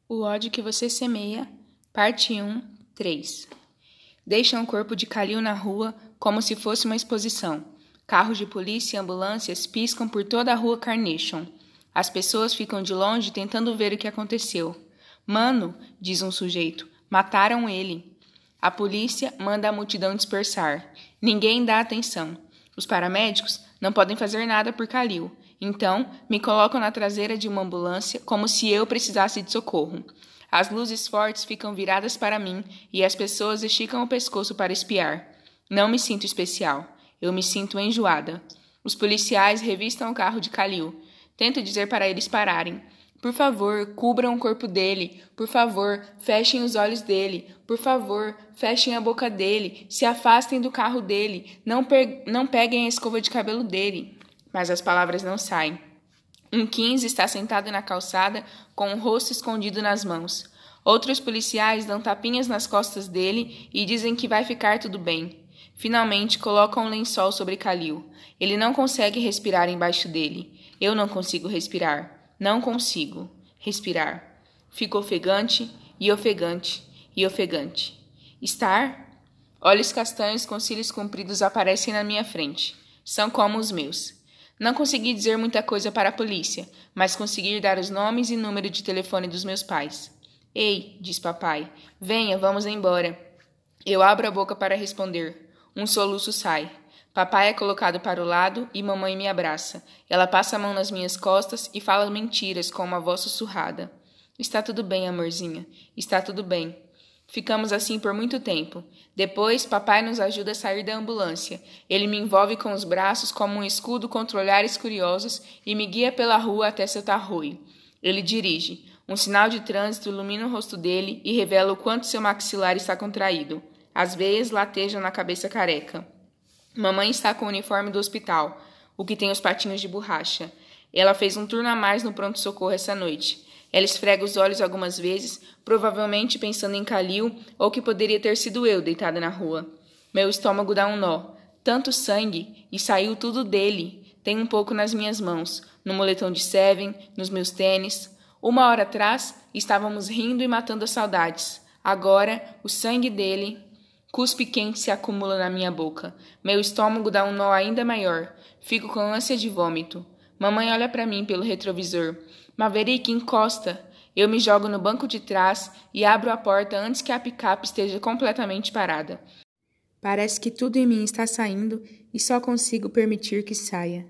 O ódio que você semeia, parte 1, 3. Deixam o corpo de Khalil na rua como se fosse uma exposição. Carros de polícia e ambulâncias piscam por toda a rua Carnation. As pessoas ficam de longe tentando ver o que aconteceu. Mano, diz um sujeito, mataram ele. A polícia manda a multidão dispersar. Ninguém dá atenção. Os paramédicos não podem fazer nada por Khalil. Então, me colocam na traseira de uma ambulância como se eu precisasse de socorro. As luzes fortes ficam viradas para mim e as pessoas esticam o pescoço para espiar. Não me sinto especial. Eu me sinto enjoada. Os policiais revistam o carro de Khalil. Tento dizer para eles pararem. Por favor, cubram o corpo dele. Por favor, fechem os olhos dele. Por favor, fechem a boca dele. Se afastem do carro dele. Não peguem a escova de cabelo dele. Mas as palavras não saem. Um 15 está sentado na calçada com o rosto escondido nas mãos. Outros policiais dão tapinhas nas costas dele e dizem que vai ficar tudo bem. Finalmente, colocam um lençol sobre Khalil. Ele não consegue respirar embaixo dele. Eu não consigo respirar. Não consigo respirar. Fico ofegante e ofegante e ofegante. Star? Olhos castanhos com cílios compridos aparecem na minha frente. São como os meus. Não consegui dizer muita coisa para a polícia, mas consegui dar os nomes e número de telefone dos meus pais. Ei, diz papai, venha, vamos embora. Eu abro a boca para responder. Um soluço sai. Papai é colocado para o lado e mamãe me abraça. Ela passa a mão nas minhas costas e fala mentiras com uma voz sussurrada. Está tudo bem, amorzinha. Está tudo bem. Ficamos assim por muito tempo. Depois, papai nos ajuda a sair da ambulância. Ele me envolve com os braços como um escudo contra olhares curiosos e me guia pela rua até seu tarroio. Ele dirige. Um sinal de trânsito ilumina o rosto dele e revela o quanto seu maxilar está contraído. As veias latejam na cabeça careca. Mamãe está com o uniforme do hospital, o que tem os patinhos de borracha. Ela fez um turno a mais no pronto-socorro essa noite. Ela esfrega os olhos algumas vezes, provavelmente pensando em Khalil ou que poderia ter sido eu deitada na rua. Meu estômago dá um nó. Tanto sangue, e saiu tudo dele. Tem um pouco nas minhas mãos, no moletom de Seven, nos meus tênis. 1 hora atrás, estávamos rindo e matando as saudades. Agora, o sangue dele... Cuspe quente se acumula na minha boca. Meu estômago dá um nó ainda maior. Fico com ânsia de vômito. Mamãe olha para mim pelo retrovisor. Maverick, encosta. Eu me jogo no banco de trás e abro a porta antes que a picape esteja completamente parada. Parece que tudo em mim está saindo e só consigo permitir que saia.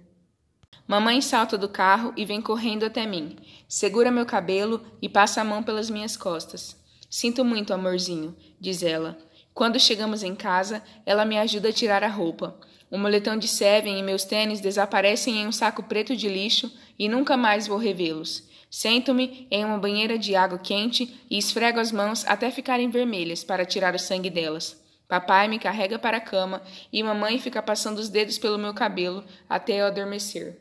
Mamãe salta do carro e vem correndo até mim. Segura meu cabelo e passa a mão pelas minhas costas. Sinto muito, amorzinho, diz ela. Quando chegamos em casa, ela me ajuda a tirar a roupa. O moletom de Seven e meus tênis desaparecem em um saco preto de lixo e nunca mais vou revê-los. Sento-me em uma banheira de água quente e esfrego as mãos até ficarem vermelhas para tirar o sangue delas. Papai me carrega para a cama e mamãe fica passando os dedos pelo meu cabelo até eu adormecer.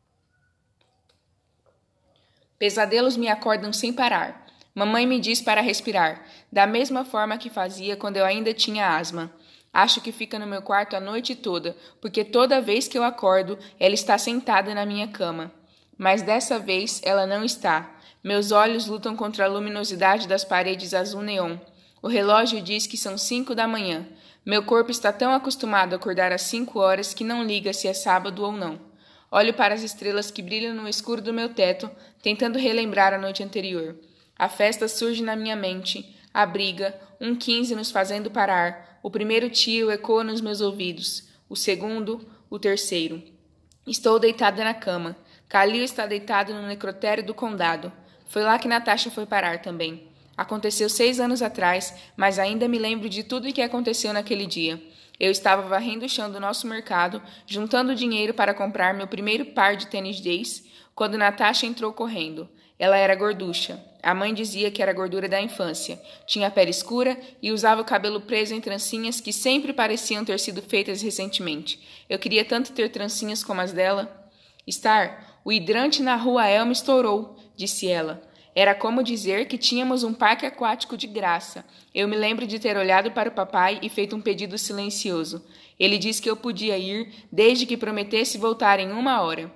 Pesadelos me acordam sem parar. Mamãe me diz para respirar, da mesma forma que fazia quando eu ainda tinha asma. Acho que fica no meu quarto a noite toda, porque toda vez que eu acordo, ela está sentada na minha cama. Mas dessa vez ela não está. Meus olhos lutam contra a luminosidade das paredes azul neon. O relógio diz que são 5 da manhã. Meu corpo está tão acostumado a acordar às 5 horas que não liga se é sábado ou não. Olho para as estrelas que brilham no escuro do meu teto, tentando relembrar a noite anterior. A festa surge na minha mente, a briga, um 15 nos fazendo parar, o primeiro tiro ecoa nos meus ouvidos, o segundo, o terceiro. Estou deitada na cama. Khalil está deitado no necrotério do condado. Foi lá que Natasha foi parar também. Aconteceu 6 anos atrás, mas ainda me lembro de tudo o que aconteceu naquele dia. Eu estava varrendo o chão do nosso mercado, juntando dinheiro para comprar meu primeiro par de tênis Jays, quando Natasha entrou correndo. Ela era gorducha. A mãe dizia que era gordura da infância. Tinha a pele escura e usava o cabelo preso em trancinhas que sempre pareciam ter sido feitas recentemente. Eu queria tanto ter trancinhas como as dela. Star, o hidrante na rua Elma estourou, disse ela. Era como dizer que tínhamos um parque aquático de graça. Eu me lembro de ter olhado para o papai e feito um pedido silencioso. Ele disse que eu podia ir desde que prometesse voltar em 1 hora.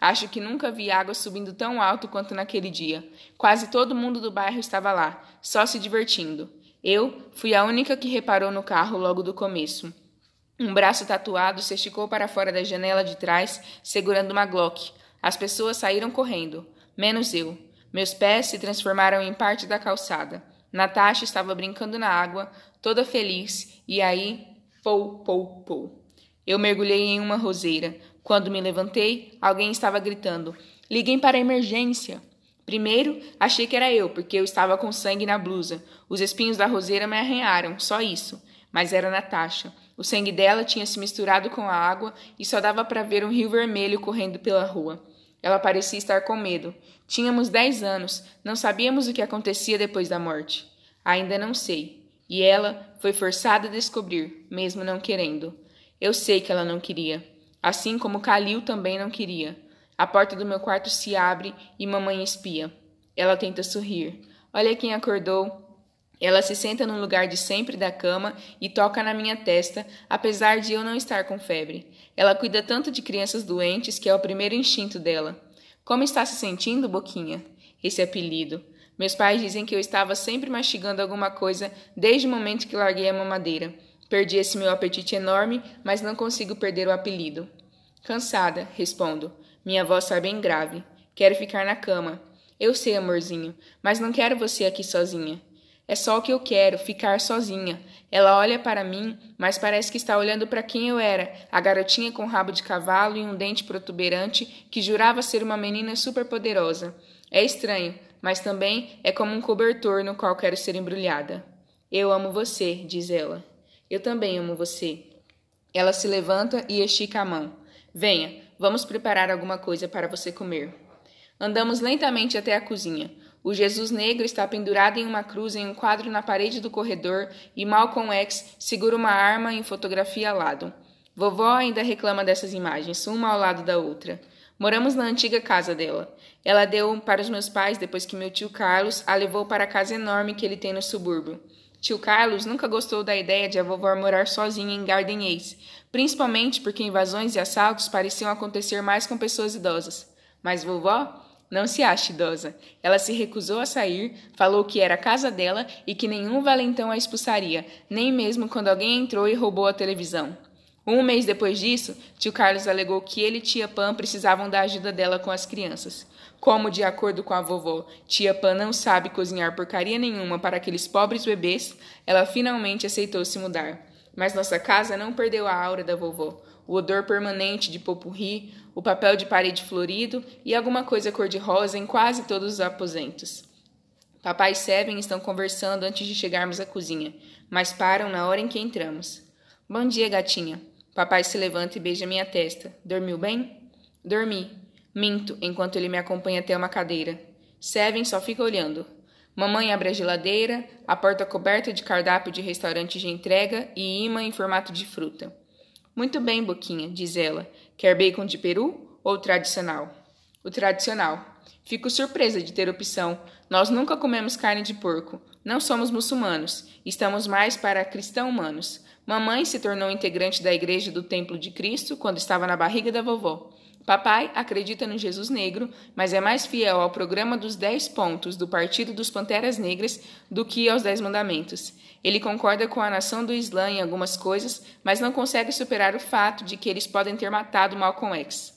Acho que nunca vi água subindo tão alto quanto naquele dia. Quase todo mundo do bairro estava lá, só se divertindo. Eu fui a única que reparou no carro logo do começo. Um braço tatuado se esticou para fora da janela de trás, segurando uma Glock. As pessoas saíram correndo, menos eu. Meus pés se transformaram em parte da calçada. Natasha estava brincando na água, toda feliz, e aí, pou, pou, pou. Eu mergulhei em uma roseira. Quando me levantei, alguém estava gritando: "Liguem para a emergência!" Primeiro, achei que era eu, porque eu estava com sangue na blusa. Os espinhos da roseira me arranharam, só isso. Mas era Natasha. O sangue dela tinha se misturado com a água e só dava para ver um rio vermelho correndo pela rua. Ela parecia estar com medo. Tínhamos 10 anos, não sabíamos o que acontecia depois da morte. Ainda não sei. E ela foi forçada a descobrir, mesmo não querendo. Eu sei que ela não queria. Assim como Kalil também não queria. A porta do meu quarto se abre e mamãe espia. Ela tenta sorrir. Olha quem acordou. Ela se senta no lugar de sempre da cama e toca na minha testa, apesar de eu não estar com febre. Ela cuida tanto de crianças doentes que é o primeiro instinto dela. Como está se sentindo, Boquinha? Esse apelido. Meus pais dizem que eu estava sempre mastigando alguma coisa desde o momento que larguei a mamadeira. Perdi esse meu apetite enorme, mas não consigo perder o apelido. Cansada, respondo. Minha voz está bem grave. Quero ficar na cama. Eu sei, amorzinho, mas não quero você aqui sozinha. É só o que eu quero, ficar sozinha. Ela olha para mim, mas parece que está olhando para quem eu era, a garotinha com rabo de cavalo e um dente protuberante que jurava ser uma menina superpoderosa. É estranho, mas também é como um cobertor no qual quero ser embrulhada. Eu amo você, diz ela. Eu também amo você. Ela se levanta e estica a mão. Venha, vamos preparar alguma coisa para você comer. Andamos lentamente até a cozinha. O Jesus negro está pendurado em uma cruz em um quadro na parede do corredor e Malcolm X segura uma arma em fotografia ao lado. Vovó ainda reclama dessas imagens, uma ao lado da outra. Moramos na antiga casa dela. Ela deu para os meus pais depois que meu tio Carlos a levou para a casa enorme que ele tem no subúrbio. Tio Carlos nunca gostou da ideia de a vovó morar sozinha em Garden Ace, principalmente porque invasões e assaltos pareciam acontecer mais com pessoas idosas. Mas vovó não se acha idosa. Ela se recusou a sair, falou que era a casa dela e que nenhum valentão a expulsaria, nem mesmo quando alguém entrou e roubou a televisão. Um mês depois disso, tio Carlos alegou que ele e tia Pan precisavam da ajuda dela com as crianças. Como, de acordo com a vovó, tia Pan não sabe cozinhar porcaria nenhuma para aqueles pobres bebês, ela finalmente aceitou se mudar. Mas nossa casa não perdeu a aura da vovó. O odor permanente de pot-pourri, o papel de parede florido e alguma coisa cor-de-rosa em quase todos os aposentos. Papai e Seven estão conversando antes de chegarmos à cozinha, mas param na hora em que entramos. Bom dia, gatinha. Papai se levanta e beija minha testa. Dormiu bem? Dormi. Minto, enquanto ele me acompanha até uma cadeira. Seven só fica olhando. Mamãe abre a geladeira, a porta coberta de cardápio de restaurante de entrega e imã em formato de fruta. Muito bem, Boquinha, diz ela. Quer bacon de peru ou tradicional? O tradicional. Fico surpresa de ter opção. Nós nunca comemos carne de porco. Não somos muçulmanos. Estamos mais para cristão-humanos. Mamãe se tornou integrante da Igreja do Templo de Cristo quando estava na barriga da vovó. Papai acredita no Jesus negro, mas é mais fiel ao programa dos 10 pontos do Partido dos Panteras Negras do que aos 10 mandamentos. Ele concorda com a nação do Islã em algumas coisas, mas não consegue superar o fato de que eles podem ter matado Malcolm X.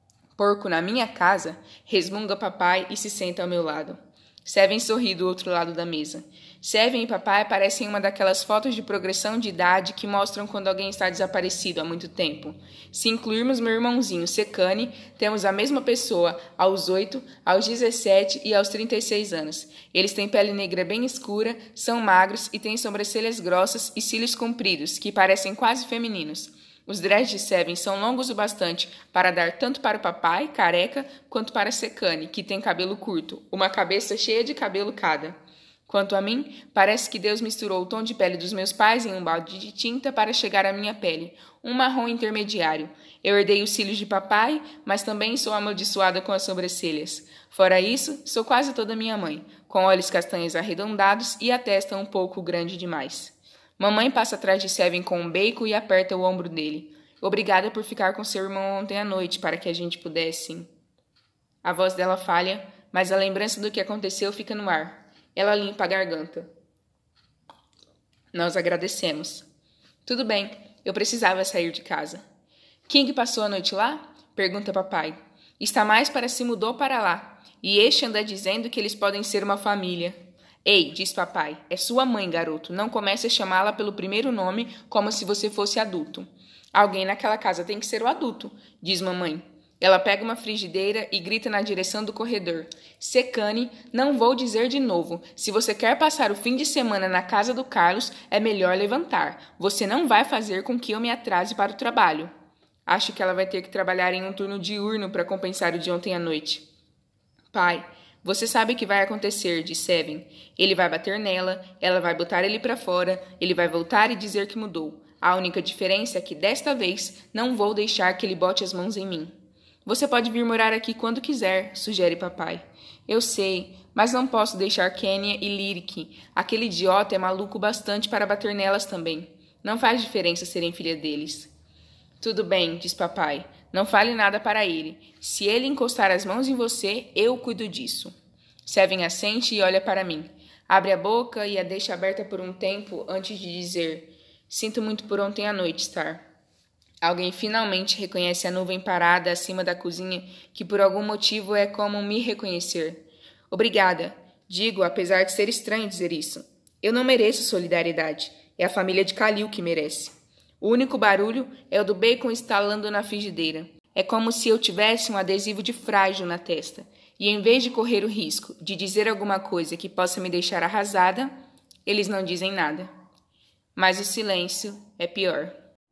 Porco na minha casa, resmunga papai e se senta ao meu lado. Seven sorri do outro lado da mesa. Seven e papai parecem uma daquelas fotos de progressão de idade que mostram quando alguém está desaparecido há muito tempo. Se incluirmos meu irmãozinho Secane, temos a mesma pessoa aos 8, aos 17 e aos 36 anos. Eles têm pele negra bem escura, são magros e têm sobrancelhas grossas e cílios compridos, que parecem quase femininos. Os dreads de Seven são longos o bastante para dar tanto para o papai, careca, quanto para Secane, que tem cabelo curto, uma cabeça cheia de cabelo cada. Quanto a mim, parece que Deus misturou o tom de pele dos meus pais em um balde de tinta para chegar à minha pele, um marrom intermediário. Eu herdei os cílios de papai, mas também sou amaldiçoada com as sobrancelhas. Fora isso, sou quase toda minha mãe, com olhos castanhos arredondados e a testa um pouco grande demais. Mamãe passa atrás de Seven com um bacon e aperta o ombro dele. Obrigada por ficar com seu irmão ontem à noite para que a gente pudesse... A voz dela falha, mas a lembrança do que aconteceu fica no ar. Ela limpa a garganta. Nós agradecemos. Tudo bem, eu precisava sair de casa. King passou a noite lá? Pergunta papai. Está mais para se mudou para lá. E este anda dizendo que eles podem ser uma família. Ei, diz papai, é sua mãe, garoto. Não comece a chamá-la pelo primeiro nome como se você fosse adulto. Alguém naquela casa tem que ser o adulto, diz mamãe. Ela pega uma frigideira e grita na direção do corredor. Secane, não vou dizer de novo. Se você quer passar o fim de semana na casa do Carlos, é melhor levantar. Você não vai fazer com que eu me atrase para o trabalho. Acho que ela vai ter que trabalhar em um turno diurno para compensar o de ontem à noite. Pai, você sabe o que vai acontecer, diz Seven. Ele vai bater nela, ela vai botar ele para fora, ele vai voltar e dizer que mudou. A única diferença é que desta vez não vou deixar que ele bote as mãos em mim. Você pode vir morar aqui quando quiser, sugere papai. Eu sei, mas não posso deixar Kenya e Lyric. Aquele idiota é maluco bastante para bater nelas também. Não faz diferença serem filha deles. Tudo bem, diz papai. Não fale nada para ele. Se ele encostar as mãos em você, eu cuido disso. Seven assente e olha para mim. Abre a boca e a deixa aberta por um tempo antes de dizer: Sinto muito por ontem à noite, Star. Alguém finalmente reconhece a nuvem parada acima da cozinha, que por algum motivo é como me reconhecer. Obrigada, digo, apesar de ser estranho dizer isso. Eu não mereço solidariedade. É a família de Khalil que merece. O único barulho é o do bacon estalando na frigideira. É como se eu tivesse um adesivo de frágil na testa. E em vez de correr o risco de dizer alguma coisa que possa me deixar arrasada, eles não dizem nada. Mas o silêncio é pior.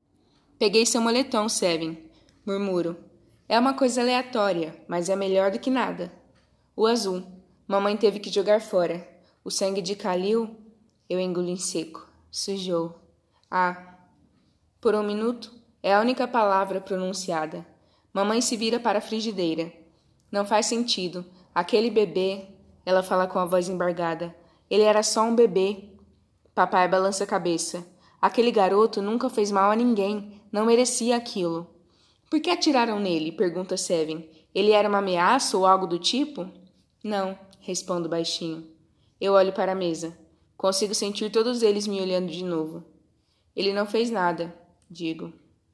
Peguei seu moletom, Seven, murmuro. É uma coisa aleatória, mas é melhor do que nada. O azul. Mamãe teve que jogar fora. O sangue de Khalil, eu engulo em seco. Sujou. Ah. Por um minuto, é a única palavra pronunciada. Mamãe se vira para a frigideira. Não faz sentido. Aquele bebê, ela fala com a voz embargada. Ele era só um bebê. Papai balança a cabeça. Aquele garoto nunca fez mal a ninguém. Não merecia aquilo. Por que atiraram nele? Pergunta Seven. Ele era uma ameaça ou algo do tipo? Não, respondo baixinho. Eu olho para a mesa. Consigo sentir todos eles me olhando de novo. Ele não fez nada, digo.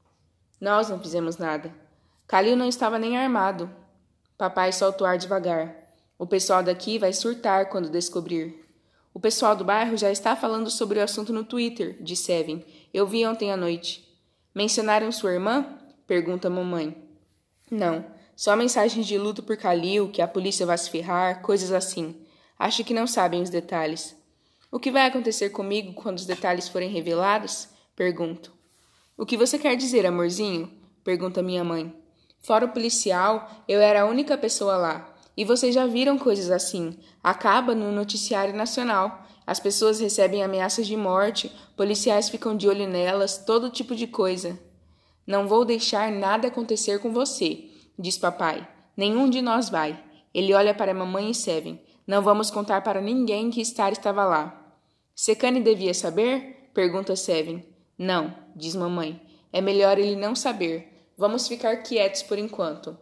Nós não fizemos nada. Khalil não estava nem armado. Papai solta o ar devagar. O pessoal daqui vai surtar quando descobrir. O pessoal do bairro já está falando sobre o assunto no Twitter, diz Seven. Eu vi ontem à noite. Mencionaram sua irmã? Pergunta mamãe. Não, só mensagens de luto por Khalil, que a polícia vai se ferrar, coisas assim. Acho que não sabem os detalhes. O que vai acontecer comigo quando os detalhes forem revelados? Pergunto. O que você quer dizer, amorzinho? Pergunta minha mãe. Fora o policial, eu era a única pessoa lá. E vocês já viram coisas assim. Acaba no noticiário nacional. As pessoas recebem ameaças de morte, policiais ficam de olho nelas, todo tipo de coisa. Não vou deixar nada acontecer com você, diz papai. Nenhum de nós vai. Ele olha para mamãe e Seven. Não vamos contar para ninguém que Star estava lá. Secane devia saber? Pergunta Seven. Não, diz mamãe. É melhor ele não saber. Vamos ficar quietos por enquanto.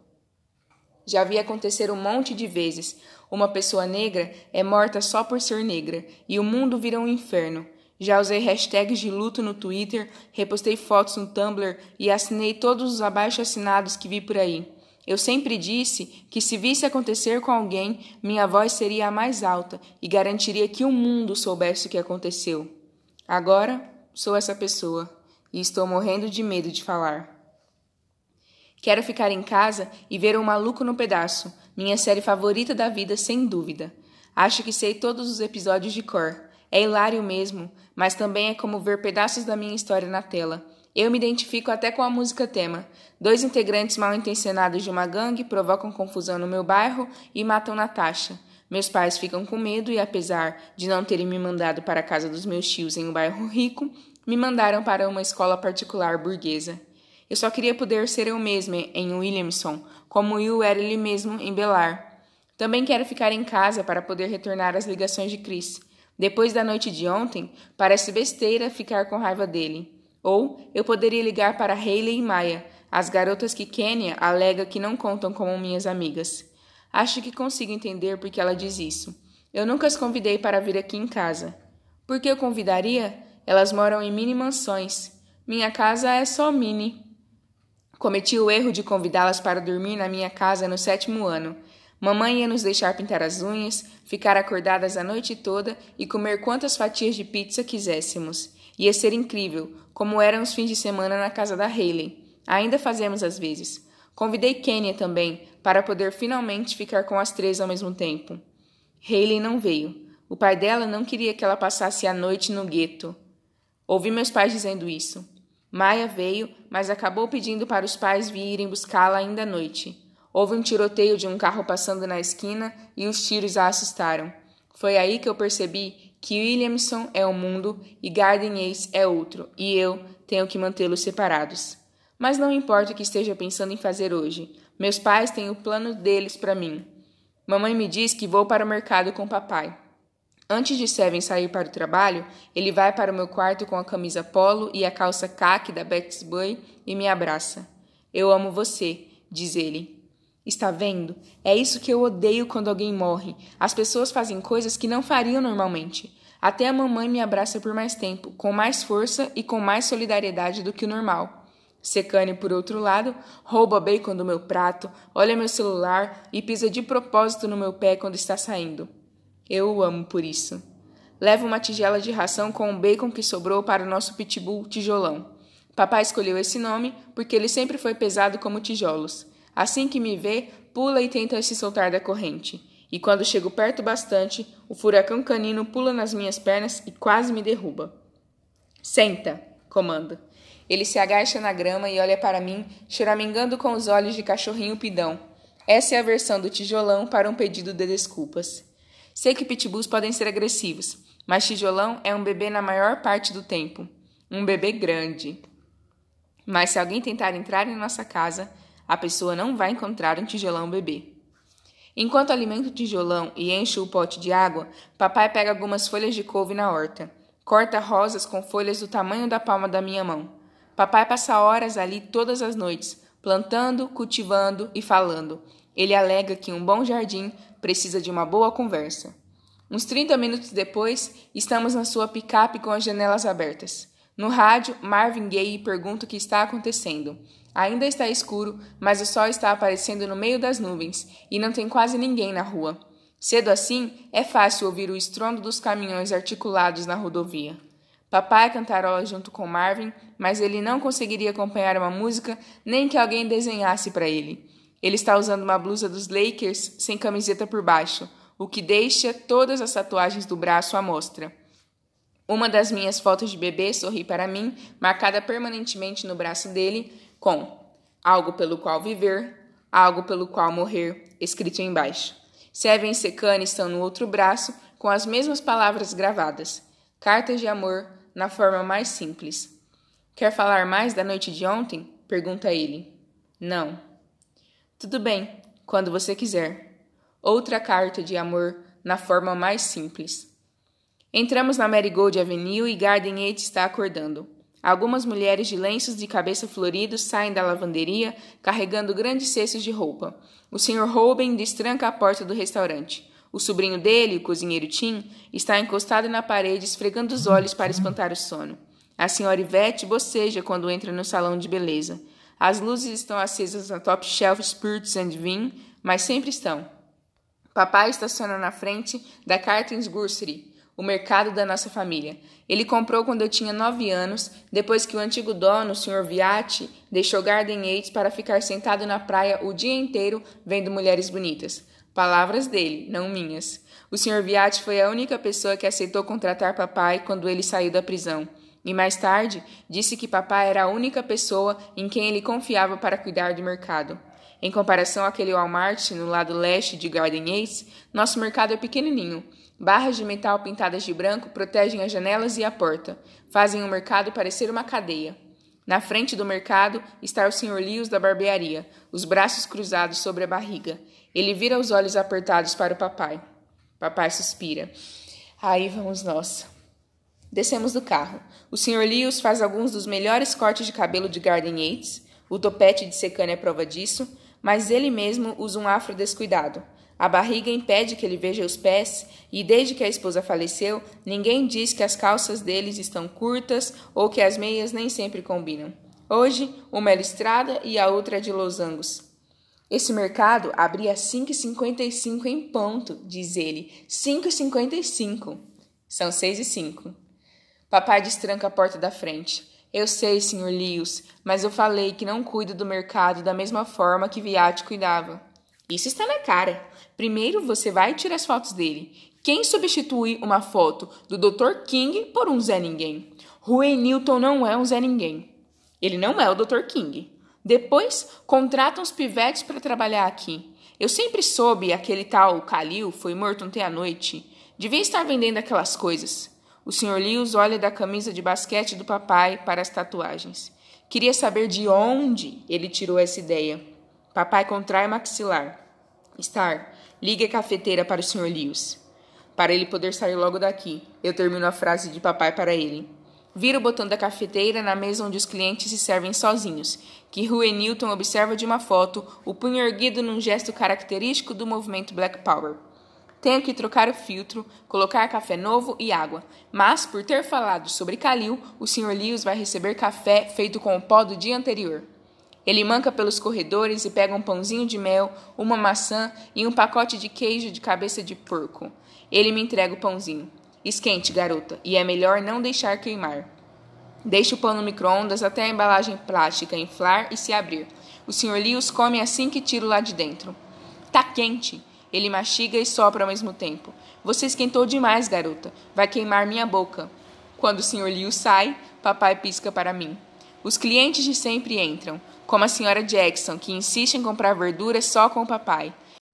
Já vi acontecer um monte de vezes. Uma pessoa negra é morta só por ser negra, e o mundo vira um inferno. Já usei hashtags de luto no Twitter, repostei fotos no Tumblr e assinei todos os abaixo-assinados que vi por aí. Eu sempre disse que se visse acontecer com alguém, minha voz seria a mais alta e garantiria que o mundo soubesse o que aconteceu. Agora, sou essa pessoa, e estou morrendo de medo de falar. Quero ficar em casa e ver Um Maluco no Pedaço, minha série favorita da vida, sem dúvida. Acho que sei todos os episódios de cor. É hilário mesmo, mas também é como ver pedaços da minha história na tela. Eu me identifico até com a música tema. 2 integrantes mal intencionados de uma gangue provocam confusão no meu bairro e matam Natasha. Meus pais ficam com medo e, apesar de não terem me mandado para a casa dos meus tios em um bairro rico, me mandaram para uma escola particular burguesa. Eu só queria poder ser eu mesma em Williamson, como Will era ele mesmo em Belar. Também quero ficar em casa para poder retornar às ligações de Chris. Depois da noite de ontem, parece besteira ficar com raiva dele. Ou eu poderia ligar para Hayley e Maya, as garotas que Kenya alega que não contam como minhas amigas. Acho que consigo entender por que ela diz isso. Eu nunca as convidei para vir aqui em casa. Por que eu convidaria? Elas moram em mini-mansões. Minha casa é só mini. Cometi o erro de convidá-las para dormir na minha casa no 7º ano. Mamãe ia nos deixar pintar as unhas, ficar acordadas a noite toda e comer quantas fatias de pizza quiséssemos. Ia ser incrível, como eram os fins de semana na casa da Hayley. Ainda fazemos às vezes. Convidei Kenya também, para poder finalmente ficar com as 3 ao mesmo tempo. Hayley não veio. O pai dela não queria que ela passasse a noite no gueto. Ouvi meus pais dizendo isso. Maya veio, mas acabou pedindo para os pais virem buscá-la ainda à noite. Houve um tiroteio de um carro passando na esquina e os tiros a assustaram. Foi aí que eu percebi que Williamson é um mundo e Garden Yates é outro, e eu tenho que mantê-los separados. Mas não importa o que esteja pensando em fazer hoje. Meus pais têm o plano deles para mim. Mamãe me diz que vou para o mercado com papai. Antes de Seven sair para o trabalho, ele vai para o meu quarto com a camisa polo e a calça caque da Betty's Boy e me abraça. Eu amo você, diz ele. Está vendo? É isso que eu odeio quando alguém morre. As pessoas fazem coisas que não fariam normalmente. Até a mamãe me abraça por mais tempo, com mais força e com mais solidariedade do que o normal. Secane, por outro lado, rouba bacon do meu prato, olha meu celular e pisa de propósito no meu pé quando está saindo. Eu o amo por isso. Levo uma tigela de ração com o bacon que sobrou para o nosso pitbull Tijolão. Papai escolheu esse nome porque ele sempre foi pesado como tijolos. Assim que me vê, pula e tenta se soltar da corrente. E quando chego perto bastante, o furacão canino pula nas minhas pernas e quase me derruba. Senta, comanda. Ele se agacha na grama e olha para mim, choramingando com os olhos de cachorrinho pidão. Essa é a versão do tijolão para um pedido de desculpas. Sei que pitbulls podem ser agressivos, mas tijolão é um bebê na maior parte do tempo. Um bebê grande. Mas se alguém tentar entrar em nossa casa, a pessoa não vai encontrar um tijolão bebê. Enquanto alimento o tijolão e encho o pote de água, papai pega algumas folhas de couve na horta. Corta rosas com folhas do tamanho da palma da minha mão. Papai passa horas ali todas as noites, plantando, cultivando e falando. Ele alega que um bom jardim precisa de uma boa conversa. Uns 30 minutos depois, estamos na sua picape com as janelas abertas. No rádio, Marvin Gaye pergunta o que está acontecendo. Ainda está escuro, mas o sol está aparecendo no meio das nuvens e não tem quase ninguém na rua. Cedo assim, é fácil ouvir o estrondo dos caminhões articulados na rodovia. Papai cantarola junto com Marvin, mas ele não conseguiria acompanhar uma música nem que alguém desenhasse para ele. Ele está usando uma blusa dos Lakers sem camiseta por baixo, o que deixa todas as tatuagens do braço à mostra. Uma das minhas fotos de bebê sorri para mim, marcada permanentemente no braço dele, com algo pelo qual viver, algo pelo qual morrer, escrito embaixo. Seven e Secane estão no outro braço, com as mesmas palavras gravadas. Cartas de amor, na forma mais simples. Quer falar mais da noite de ontem? Pergunta ele. Não. Tudo bem, quando você quiser. Outra carta de amor, na forma mais simples. Entramos na Marigold Avenue e Garden Yates está acordando. Algumas mulheres de lenços de cabeça floridos saem da lavanderia carregando grandes cestos de roupa. O Sr. Hoban destranca a porta do restaurante. O sobrinho dele, o cozinheiro Tim, está encostado na parede esfregando os olhos para espantar o sono. A Sra. Yvette boceja quando entra no salão de beleza. As luzes estão acesas na Top Shelf Spirits and Vin, mas sempre estão. Papai estaciona na frente da Cartons Grocery, o mercado da nossa família. Ele comprou quando eu tinha 9 anos, depois que o antigo dono, o Sr. Viatti, deixou Garden Yates para ficar sentado na praia o dia inteiro vendo mulheres bonitas. Palavras dele, não minhas. O Sr. Viatti foi a única pessoa que aceitou contratar papai quando ele saiu da prisão. E mais tarde, disse que papai era a única pessoa em quem ele confiava para cuidar do mercado. Em comparação àquele Walmart no lado leste de Garden Yates, nosso mercado é pequenininho. Barras de metal pintadas de branco protegem as janelas e a porta, fazem o mercado parecer uma cadeia. Na frente do mercado está o Sr. Lewis da barbearia, os braços cruzados sobre a barriga. Ele vira os olhos apertados para o papai. Papai suspira. Aí vamos nós. Descemos do carro. O Sr. Lewis faz alguns dos melhores cortes de cabelo de Garden Yates. O topete de Secane é prova disso, mas ele mesmo usa um afro descuidado. A barriga impede que ele veja os pés, e desde que a esposa faleceu, ninguém diz que as calças deles estão curtas ou que as meias nem sempre combinam. Hoje, uma é listrada e a outra é de losangos. Esse mercado abria às 5h55 em ponto, diz ele. 5h55. São 6h05. Papai destranca a porta da frente. Eu sei, Sr. Lewis, mas eu falei que não cuido do mercado da mesma forma que Viate cuidava. Isso está na cara. Primeiro você vai tirar as fotos dele. Quem substitui uma foto do Dr. King por um Zé Ninguém? Huey Newton não é um Zé Ninguém. Ele não é o Dr. King. Depois, contrata uns pivetes para trabalhar aqui. Eu sempre soube aquele tal Khalil foi morto ontem à noite. Devia estar vendendo aquelas coisas. O Sr. Lewis olha da camisa de basquete do papai para as tatuagens. Queria saber de onde ele tirou essa ideia. Papai contrai o maxilar. Star, ligue a cafeteira para o Sr. Lewis. Para ele poder sair logo daqui. Eu termino a frase de papai para ele. Vira o botão da cafeteira na mesa onde os clientes se servem sozinhos, que Huey Newton observa de uma foto, o punho erguido num gesto característico do movimento Black Power. Tenho que trocar o filtro, colocar café novo e água, mas, por ter falado sobre Khalil, o Sr. Lewis vai receber café feito com o pó do dia anterior. Ele manca pelos corredores e pega um pãozinho de mel, uma maçã e um pacote de queijo de cabeça de porco. Ele me entrega o pãozinho. Esquente, garota, e é melhor não deixar queimar. Deixe o pão no micro-ondas até a embalagem plástica inflar e se abrir. O Sr. Lewis come assim que tiro lá de dentro. Tá quente. Ele mastiga e sopra ao mesmo tempo. Você esquentou demais, garota. Vai queimar minha boca. Quando o Sr. Lewis sai, papai pisca para mim. Os clientes de sempre entram, como a Sra. Jackson, que insiste em comprar verduras só com o papai.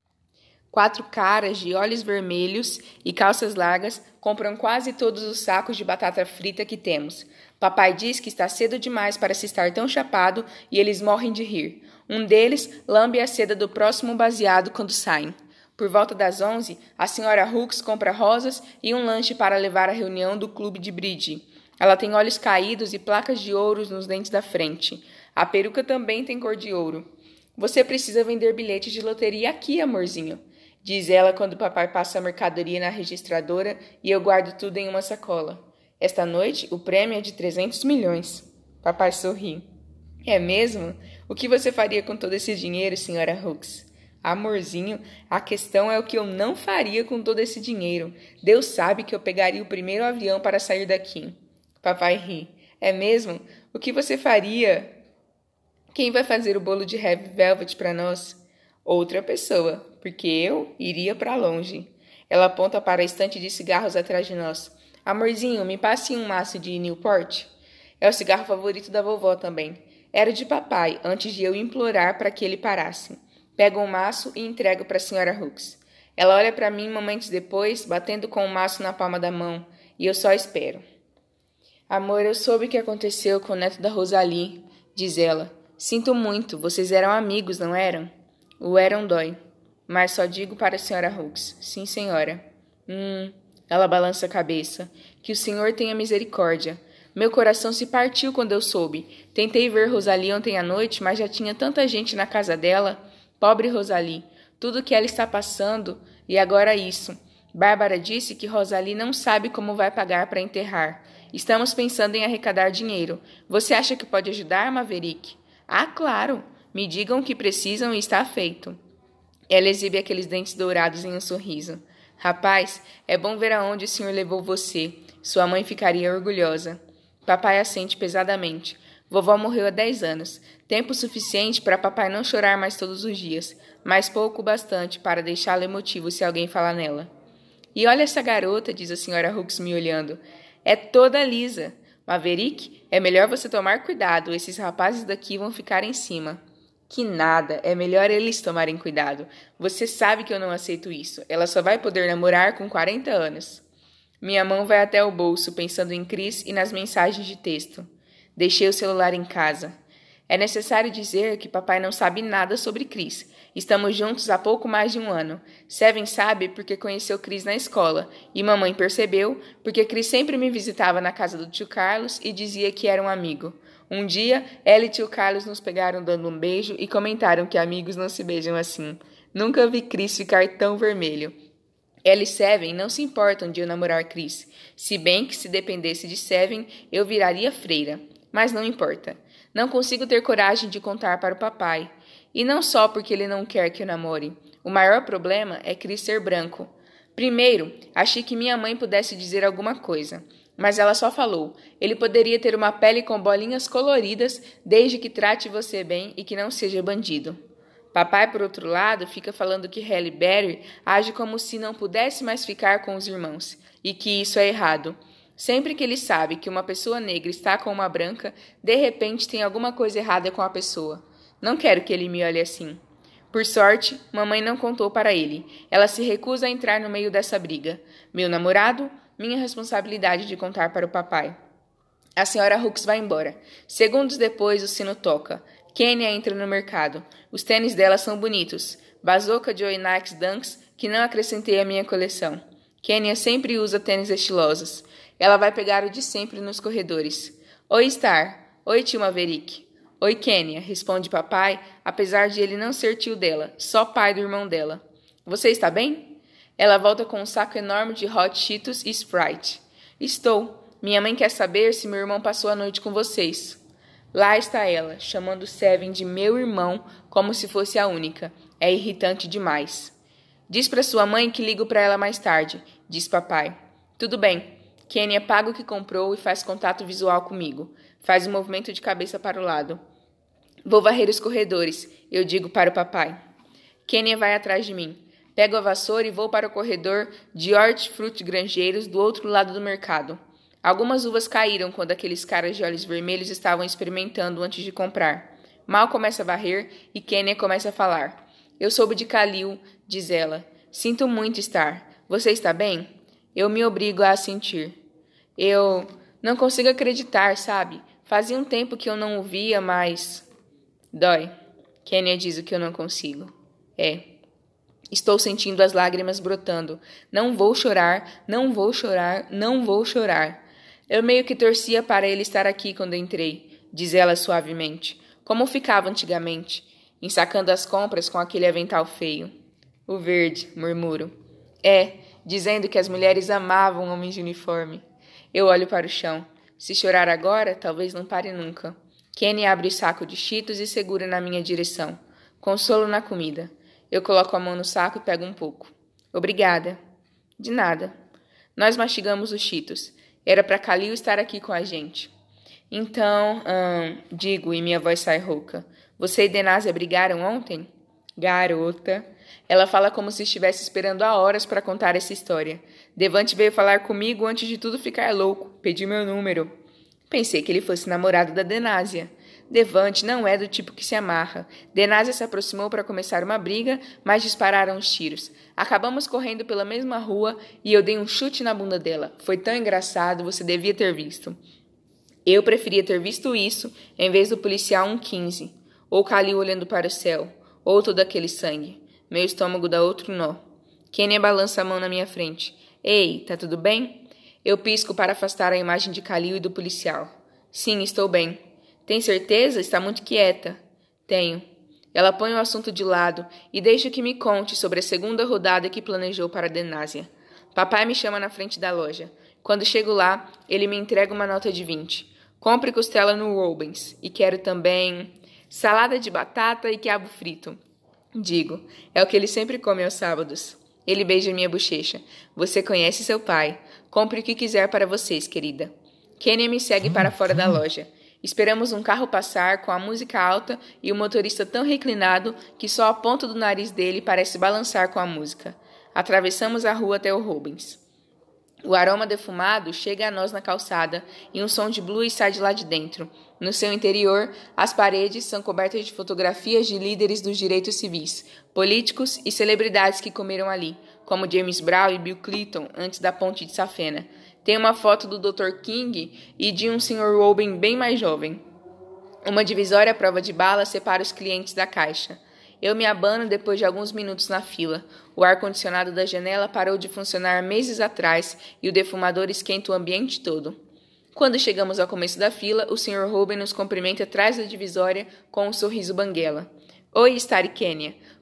4 caras de olhos vermelhos e calças largas compram quase todos os sacos de batata frita que temos. Papai diz que está cedo demais para se estar tão chapado e eles morrem de rir. Um deles lambe a seda do próximo baseado quando saem. Por volta das 11, a Sra. Hooks compra rosas e um lanche para levar à reunião do clube de bridge. Ela tem olhos caídos e placas de ouro nos dentes da frente. A peruca também tem cor de ouro. Você precisa vender bilhetes de loteria aqui, amorzinho, diz ela quando papai passa a mercadoria na registradora e eu guardo tudo em uma sacola. Esta noite, o prêmio é de 300 milhões. Papai sorri. É mesmo? O que você faria com todo esse dinheiro, Sra. Hooks? Amorzinho, a questão é o que eu não faria com todo esse dinheiro. Deus sabe que eu pegaria o primeiro avião para sair daqui. Papai ri. É mesmo? O que você faria? Quem vai fazer o bolo de Red Velvet para nós? Outra pessoa, porque eu iria para longe. Ela aponta para a estante de cigarros atrás de nós. Amorzinho, me passe um maço de Newport. É o cigarro favorito da vovó também. Era de papai, antes de eu implorar para que ele parasse. Pego um maço e entrego para a Sra. Hooks. Ela olha para mim momentos depois, batendo com o maço na palma da mão, e eu só espero. Amor, eu soube o que aconteceu com o neto da Rosalie, diz ela. Sinto muito, vocês eram amigos, não eram? O eram dói. Mas só digo para a Sra. Hooks. Sim, senhora. Ela balança a cabeça. Que o Senhor tenha misericórdia. Meu coração se partiu quando eu soube. Tentei ver Rosalie ontem à noite, mas já tinha tanta gente na casa dela. Pobre Rosalie. Tudo que ela está passando. E agora isso. Bárbara disse que Rosalie não sabe como vai pagar para enterrar. Estamos pensando em arrecadar dinheiro. Você acha que pode ajudar, Maverick? Ah, claro. Me digam o que precisam e está feito. Ela exibe aqueles dentes dourados em um sorriso. Rapaz, é bom ver aonde o senhor levou você. Sua mãe ficaria orgulhosa. Papai assente pesadamente. Vovó morreu há 10 anos. Tempo suficiente para papai não chorar mais todos os dias, mas pouco bastante para deixá-lo emotivo se alguém falar nela. E olha essa garota, diz a Sra. Hooks me olhando. É toda lisa. Maverick, é melhor você tomar cuidado. Esses rapazes daqui vão ficar em cima. Que nada, é melhor eles tomarem cuidado. Você sabe que eu não aceito isso. Ela só vai poder namorar com 40 anos. Minha mão vai até o bolso, pensando em Chris e nas mensagens de texto. Deixei o celular em casa. É necessário dizer que papai não sabe nada sobre Chris. Estamos juntos há pouco mais de um ano. Seven sabe porque conheceu Chris na escola. E mamãe percebeu porque Chris sempre me visitava na casa do tio Carlos e dizia que era um amigo. Um dia, ela e tio Carlos nos pegaram dando um beijo e comentaram que amigos não se beijam assim. Nunca vi Chris ficar tão vermelho. Ela e Seven não se importam de eu namorar Chris, se bem que se dependesse de Seven, eu viraria freira. Mas não importa. Não consigo ter coragem de contar para o papai. E não só porque ele não quer que eu namore. O maior problema é Chris ser branco. Primeiro, achei que minha mãe pudesse dizer alguma coisa. Mas ela só falou, ele poderia ter uma pele com bolinhas coloridas desde que trate você bem e que não seja bandido. Papai, por outro lado, fica falando que Halle Berry age como se não pudesse mais ficar com os irmãos, e que isso é errado. Sempre que ele sabe que uma pessoa negra está com uma branca, de repente tem alguma coisa errada com a pessoa. Não quero que ele me olhe assim. Por sorte, mamãe não contou para ele. Ela se recusa a entrar no meio dessa briga. Meu namorado, minha responsabilidade de contar para o papai. A senhora Hooks vai embora. Segundos depois, o sino toca. Kenya entra no mercado. Os tênis dela são bonitos. Bazooka Joy Nike Dunks, que não acrescentei à minha coleção. Kenya sempre usa tênis estilosos. Ela vai pegar o de sempre nos corredores. Oi, Star. Oi, tio Maverick. Oi, Kenya, responde papai, apesar de ele não ser tio dela, só pai do irmão dela. Você está bem? Ela volta com um saco enorme de Hot Cheetos e Sprite. Estou. Minha mãe quer saber se meu irmão passou a noite com vocês. Lá está ela, chamando Seven de meu irmão como se fosse a única. É irritante demais. Diz para sua mãe que ligo para ela mais tarde, diz papai. Tudo bem. Kenya paga o que comprou e faz contato visual comigo. Faz um movimento de cabeça para o lado. Vou varrer os corredores, eu digo para o papai. Kenya vai atrás de mim. Pego a vassoura e vou para o corredor de hortifruti granjeiros do outro lado do mercado. Algumas uvas caíram quando aqueles caras de olhos vermelhos estavam experimentando antes de comprar. Mal começa a varrer e Kenya começa a falar. Eu soube de Khalil, diz ela. Sinto muito, Star. Você está bem? Eu me obrigo a assentir. Eu não consigo acreditar, sabe? Fazia um tempo que eu não o via, mas... Dói. Kenya diz o que eu não consigo. Estou sentindo as lágrimas brotando. Não vou chorar, não vou chorar, não vou chorar. Eu meio que torcia para ele estar aqui quando entrei, diz ela suavemente. Como ficava antigamente, ensacando as compras com aquele avental feio. O verde, murmuro. Dizendo que as mulheres amavam homens de uniforme. Eu olho para o chão. Se chorar agora, talvez não pare nunca. Kenny abre o saco de Cheetos e segura na minha direção. Consolo na comida. Eu coloco a mão no saco e pego um pouco. Obrigada. De nada. Nós mastigamos os Cheetos. Era para Khalil estar aqui com a gente. Então, digo, e minha voz sai rouca. Você e Denásia brigaram ontem? Garota. Ela fala como se estivesse esperando há horas para contar essa história. Devante veio falar comigo antes de tudo ficar louco. Pediu meu número. Pensei que ele fosse namorado da Denásia. Devante não é do tipo que se amarra. Denásia se aproximou para começar uma briga, mas dispararam os tiros. Acabamos correndo pela mesma rua e eu dei um chute na bunda dela. Foi tão engraçado, você devia ter visto. Eu preferia ter visto isso em vez do policial 115, ou Khalil olhando para o céu, ou todo aquele sangue. Meu estômago dá outro nó. Kenya balança a mão na minha frente. Ei, tá tudo bem? Eu pisco para afastar a imagem de Khalil e do policial. Sim, estou bem. Tem certeza? Está muito quieta. Tenho. Ela põe o assunto de lado e deixa que me conte sobre a segunda rodada que planejou para a Denásia. Papai me chama na frente da loja. Quando chego lá, ele me entrega uma nota de 20. Compre costela no Rubens. E quero também salada de batata e quiabo frito. Digo, é o que ele sempre come aos sábados. Ele beija minha bochecha. Você conhece seu pai. Compre o que quiser para vocês, querida. Kenya me segue para fora da loja. Esperamos um carro passar com a música alta e o motorista tão reclinado que só a ponta do nariz dele parece balançar com a música. Atravessamos a rua até o Rubens. O aroma defumado chega a nós na calçada e um som de blues sai de lá de dentro. No seu interior, as paredes são cobertas de fotografias de líderes dos direitos civis, políticos e celebridades que comeram ali, como James Brown e Bill Clinton antes da ponte de Safena. Tem uma foto do Dr. King e de um Sr. Robin bem mais jovem. Uma divisória à prova de bala separa os clientes da caixa. Eu me abano depois de alguns minutos na fila. O ar-condicionado da janela parou de funcionar meses atrás e o defumador esquenta o ambiente todo. Quando chegamos ao começo da fila, o Sr. Robin nos cumprimenta atrás da divisória com um sorriso banguela. Oi, Star e Kenya.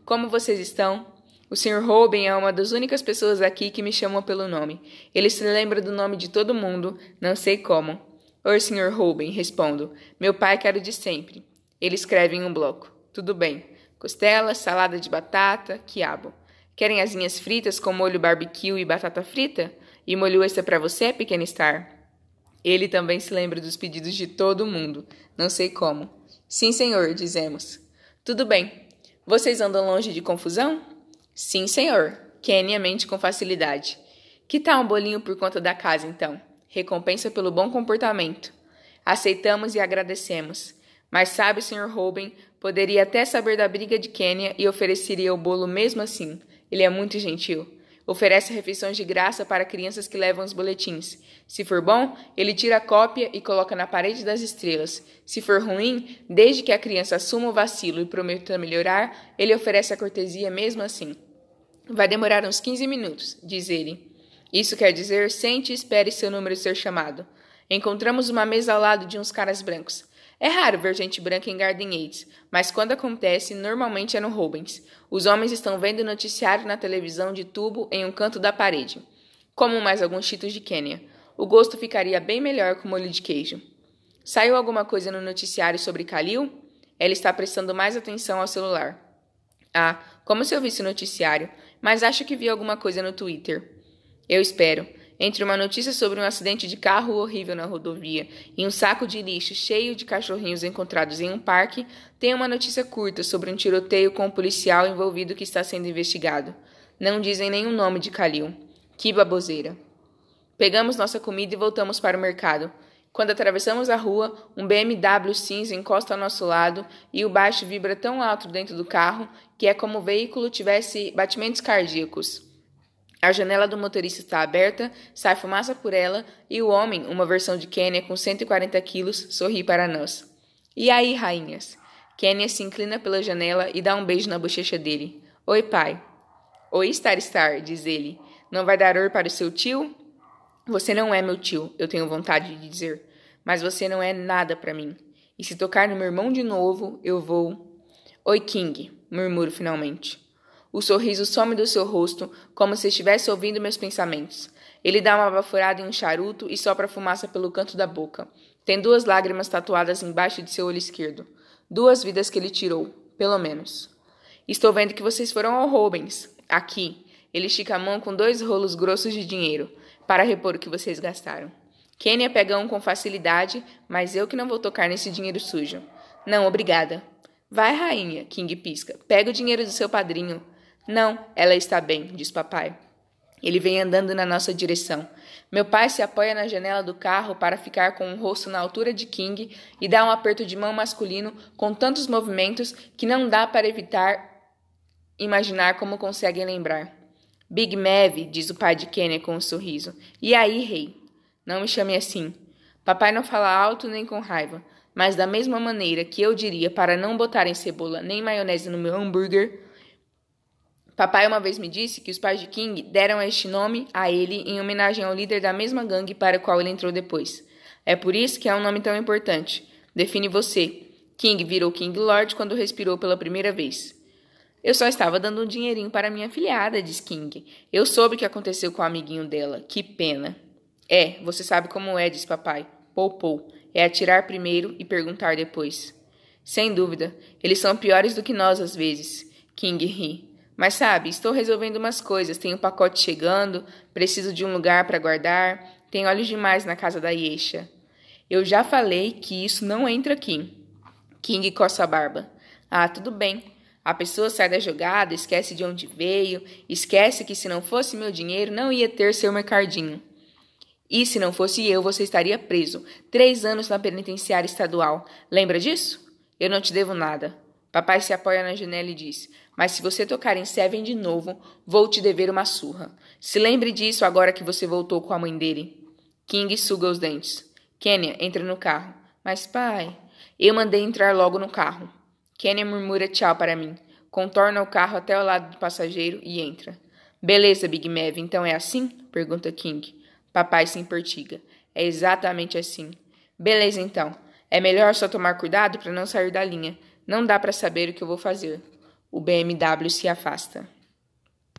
Como vocês estão? O Sr. Robin é uma das únicas pessoas aqui que me chamam pelo nome. Ele se lembra do nome de todo mundo, não sei como. Oi, Sr. Robin, respondo. Meu pai quer o de sempre. Ele escreve em um bloco. Tudo bem. Costela, salada de batata, quiabo. Querem asinhas fritas com molho barbecue e batata frita? E molho extra para você, pequena Star? Ele também se lembra dos pedidos de todo mundo. Não sei como. Sim, senhor, dizemos. Tudo bem. Vocês andam longe de confusão? Sim, senhor. Kenya mente com facilidade. Que tal um bolinho por conta da casa, então? Recompensa pelo bom comportamento. Aceitamos e agradecemos. Mas sabe, Sr. Robin, poderia até saber da briga de Kenya e ofereceria o bolo mesmo assim. Ele é muito gentil. Oferece refeições de graça para crianças que levam os boletins. Se for bom, ele tira a cópia e coloca na parede das estrelas. Se for ruim, desde que a criança assuma o vacilo e prometa melhorar, ele oferece a cortesia mesmo assim. Vai demorar uns 15 minutos, diz ele. Isso quer dizer, sente e espere seu número ser chamado. Encontramos uma mesa ao lado de uns caras brancos. É raro ver gente branca em Garden Aids, mas quando acontece, normalmente é no Robins. Os homens estão vendo o noticiário na televisão de tubo em um canto da parede. Como mais alguns cheetos de Kenya. O gosto ficaria bem melhor com molho de queijo. Saiu alguma coisa no noticiário sobre Khalil? Ela está prestando mais atenção ao celular. Ah, como se eu visse o noticiário, mas acho que vi alguma coisa no Twitter. Eu espero. Entre uma notícia sobre um acidente de carro horrível na rodovia e um saco de lixo cheio de cachorrinhos encontrados em um parque, tem uma notícia curta sobre um tiroteio com um policial envolvido que está sendo investigado. Não dizem nenhum nome de Khalil. Que baboseira. Pegamos nossa comida e voltamos para o mercado. Quando atravessamos a rua, um BMW cinza encosta ao nosso lado e o baixo vibra tão alto dentro do carro que é como o veículo tivesse batimentos cardíacos. A janela do motorista está aberta, sai fumaça por ela e o homem, uma versão de Kenya com 140 quilos, sorri para nós. E aí, rainhas? Kenya se inclina pela janela e dá um beijo na bochecha dele. Oi, pai. Oi, Star, diz ele. Não vai dar oi para o seu tio? Você não é meu tio, eu tenho vontade de dizer. Mas você não é nada para mim. E se tocar no meu irmão de novo, eu vou... Oi, King, murmuro finalmente. O sorriso some do seu rosto, como se estivesse ouvindo meus pensamentos. Ele dá uma baforada em um charuto e sopra fumaça pelo canto da boca. Tem 2 lágrimas tatuadas embaixo de seu olho esquerdo. 2 vidas que ele tirou, pelo menos. Estou vendo que vocês foram ao Robins. Aqui. Ele estica a mão com 2 rolos grossos de dinheiro, para repor o que vocês gastaram. Kenya pega um com facilidade, mas eu que não vou tocar nesse dinheiro sujo. Não, obrigada. Vai, rainha, King pisca. Pega o dinheiro do seu padrinho. Não, ela está bem, diz papai. Ele vem andando na nossa direção. Meu pai se apoia na janela do carro para ficar com o rosto na altura de King e dá um aperto de mão masculino com tantos movimentos que não dá para evitar imaginar como conseguem lembrar. Big Mav, diz o pai de Kenya com um sorriso. E aí, rei? Não me chame assim. Papai não fala alto nem com raiva, mas da mesma maneira que eu diria para não botarem cebola nem maionese no meu hambúrguer. Papai uma vez me disse que os pais de King deram este nome a ele em homenagem ao líder da mesma gangue para o qual ele entrou depois. É por isso que é um nome tão importante. Define você. King virou King Lord quando respirou pela primeira vez. Eu só estava dando um dinheirinho para minha afilhada, diz King. Eu soube o que aconteceu com o amiguinho dela. Que pena. É, você sabe como é, diz papai. Pou. É atirar primeiro e perguntar depois. Sem dúvida. Eles são piores do que nós às vezes. King ri. Mas sabe, estou resolvendo umas coisas. Tenho um pacote chegando, preciso de um lugar para guardar. Tem olhos demais na casa da Yesha. Eu já falei que isso não entra aqui. King coça a barba. Ah, tudo bem. A pessoa sai da jogada, esquece de onde veio, esquece que se não fosse meu dinheiro, não ia ter seu mercadinho. E se não fosse eu, você estaria preso. 3 anos na penitenciária estadual. Lembra disso? Eu não te devo nada. Papai se apoia na janela e diz, mas se você tocar em Seven de novo, vou te dever uma surra. Se lembre disso agora que você voltou com a mãe dele. King suga os dentes. Kenya, entra no carro. Mas pai, eu mandei entrar logo no carro. Kenya murmura tchau para mim. Contorna o carro até o lado do passageiro e entra. Beleza, Big Mav, então é assim? Pergunta King. Papai se impertiga. É exatamente assim. Beleza, então. É melhor só tomar cuidado para não sair da linha. Não dá para saber o que eu vou fazer. O BMW se afasta.